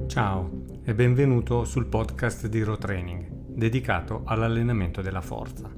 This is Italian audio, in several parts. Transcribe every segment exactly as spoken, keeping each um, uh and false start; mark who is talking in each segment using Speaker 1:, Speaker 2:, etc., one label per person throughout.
Speaker 1: Ciao e benvenuto sul podcast di Raw Training, dedicato all'allenamento della forza.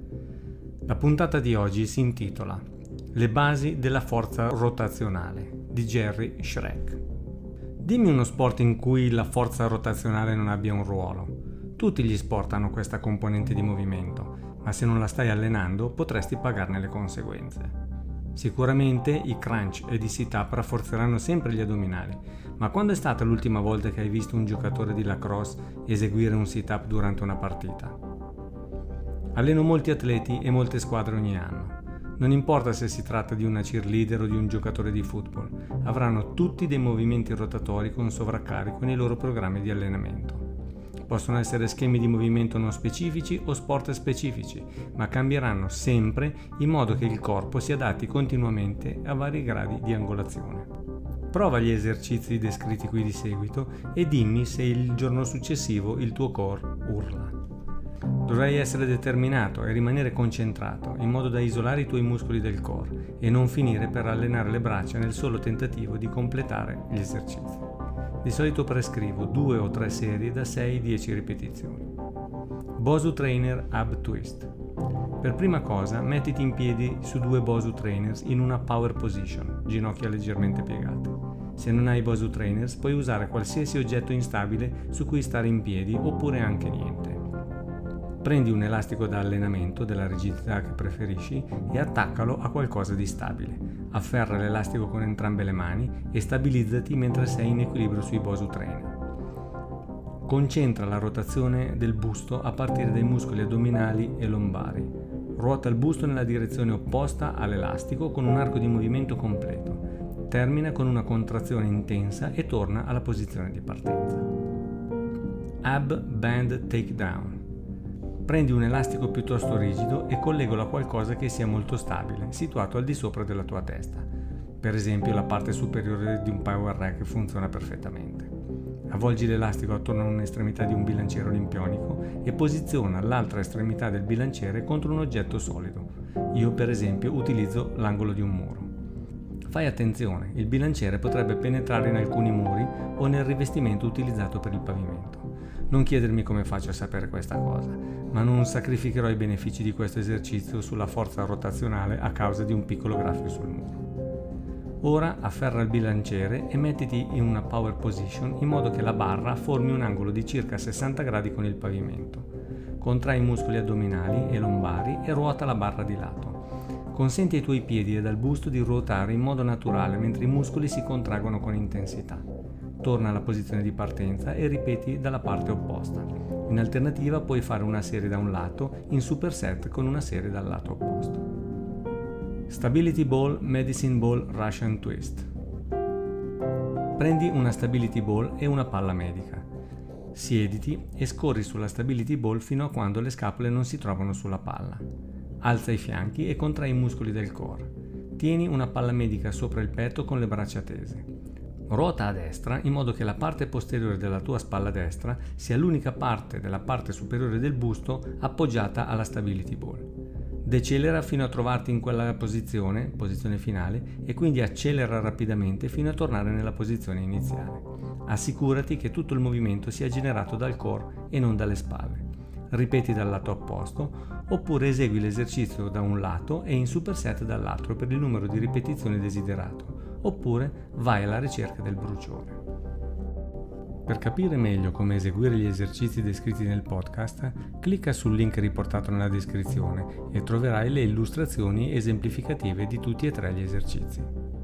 Speaker 1: La puntata di oggi si intitola Le basi della forza rotazionale di Jerry Schreck. Dimmi uno sport in cui la forza rotazionale non abbia un ruolo. Tutti gli sport hanno questa componente di movimento, ma se non la stai allenando potresti pagarne le conseguenze. Sicuramente i crunch ed i sit-up rafforzeranno sempre gli addominali, ma quando è stata l'ultima volta che hai visto un giocatore di lacrosse eseguire un sit-up durante una partita? Alleno molti atleti e molte squadre ogni anno. Non importa se si tratta di una cheerleader o di un giocatore di football, avranno tutti dei movimenti rotatori con sovraccarico nei loro programmi di allenamento. Possono essere schemi di movimento non specifici o sport specifici, ma cambieranno sempre in modo che il corpo si adatti continuamente a vari gradi di angolazione. Prova gli esercizi descritti qui di seguito e dimmi se il giorno successivo il tuo core urla. Dovrai essere determinato e rimanere concentrato in modo da isolare i tuoi muscoli del core e non finire per allenare le braccia nel solo tentativo di completare gli esercizi. Di solito prescrivo due o tre serie da sei a dieci ripetizioni. Bosu Trainer Ab Twist. Per prima cosa mettiti in piedi su due Bosu Trainers in una power position, ginocchia leggermente piegate. Se non hai Bosu Trainers puoi usare qualsiasi oggetto instabile su cui stare in piedi oppure anche niente. Prendi un elastico da allenamento della rigidità che preferisci e attaccalo a qualcosa di stabile. Afferra l'elastico con entrambe le mani e stabilizzati mentre sei in equilibrio sui Bosu Trainer. Concentra la rotazione del busto a partire dai muscoli addominali e lombari. Ruota il busto nella direzione opposta all'elastico con un arco di movimento completo. Termina con una contrazione intensa e torna alla posizione di partenza. Ab Band Takedown. Prendi un elastico piuttosto rigido e collegalo a qualcosa che sia molto stabile, situato al di sopra della tua testa. Per esempio la parte superiore di un power rack funziona perfettamente. Avvolgi l'elastico attorno a un'estremità di un bilanciere olimpionico e posiziona l'altra estremità del bilanciere contro un oggetto solido. Io per esempio utilizzo l'angolo di un muro. Fai attenzione, il bilanciere potrebbe penetrare in alcuni muri o nel rivestimento utilizzato per il pavimento. Non chiedermi come faccio a sapere questa cosa, ma non sacrificherò i benefici di questo esercizio sulla forza rotazionale a causa di un piccolo graffio sul muro. Ora afferra il bilanciere e mettiti in una power position in modo che la barra formi un angolo di circa sessanta gradi con il pavimento. Contrai i muscoli addominali e lombari e ruota la barra di lato. Consenti ai tuoi piedi e al busto di ruotare in modo naturale mentre i muscoli si contraggono con intensità. Torna alla posizione di partenza e ripeti dalla parte opposta. In alternativa puoi fare una serie da un lato in superset con una serie dal lato opposto. Stability Ball Medicine Ball Russian Twist. Prendi una Stability Ball e una palla medica. Siediti e scorri sulla Stability Ball fino a quando le scapole non si trovano sulla palla. Alza i fianchi e contrai i muscoli del core. Tieni una palla medica sopra il petto con le braccia tese. Ruota a destra in modo che la parte posteriore della tua spalla destra sia l'unica parte della parte superiore del busto appoggiata alla Stability Ball. Decelera fino a trovarti in quella posizione, posizione finale, e quindi accelera rapidamente fino a tornare nella posizione iniziale. Assicurati che tutto il movimento sia generato dal core e non dalle spalle. Ripeti dal lato opposto, oppure esegui l'esercizio da un lato e in superset dall'altro per il numero di ripetizioni desiderato, oppure vai alla ricerca del bruciore. Per capire meglio come eseguire gli esercizi descritti nel podcast, clicca sul link riportato nella descrizione e troverai le illustrazioni esemplificative di tutti e tre gli esercizi.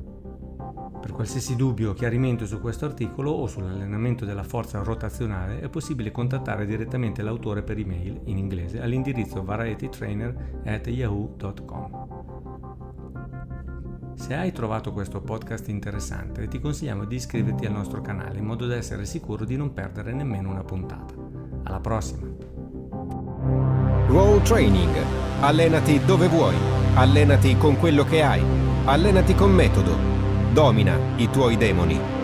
Speaker 1: Per qualsiasi dubbio o chiarimento su questo articolo o sull'allenamento della forza rotazionale è possibile contattare direttamente l'autore per email in inglese all'indirizzo varietytrainer at yahoo dot com. Se hai trovato questo podcast interessante, ti consigliamo di iscriverti al nostro canale in modo da essere sicuro di non perdere nemmeno una puntata. Alla prossima!
Speaker 2: Raw Training. Allenati dove vuoi. Allenati con quello che hai. Allenati con metodo. Domina i tuoi demoni.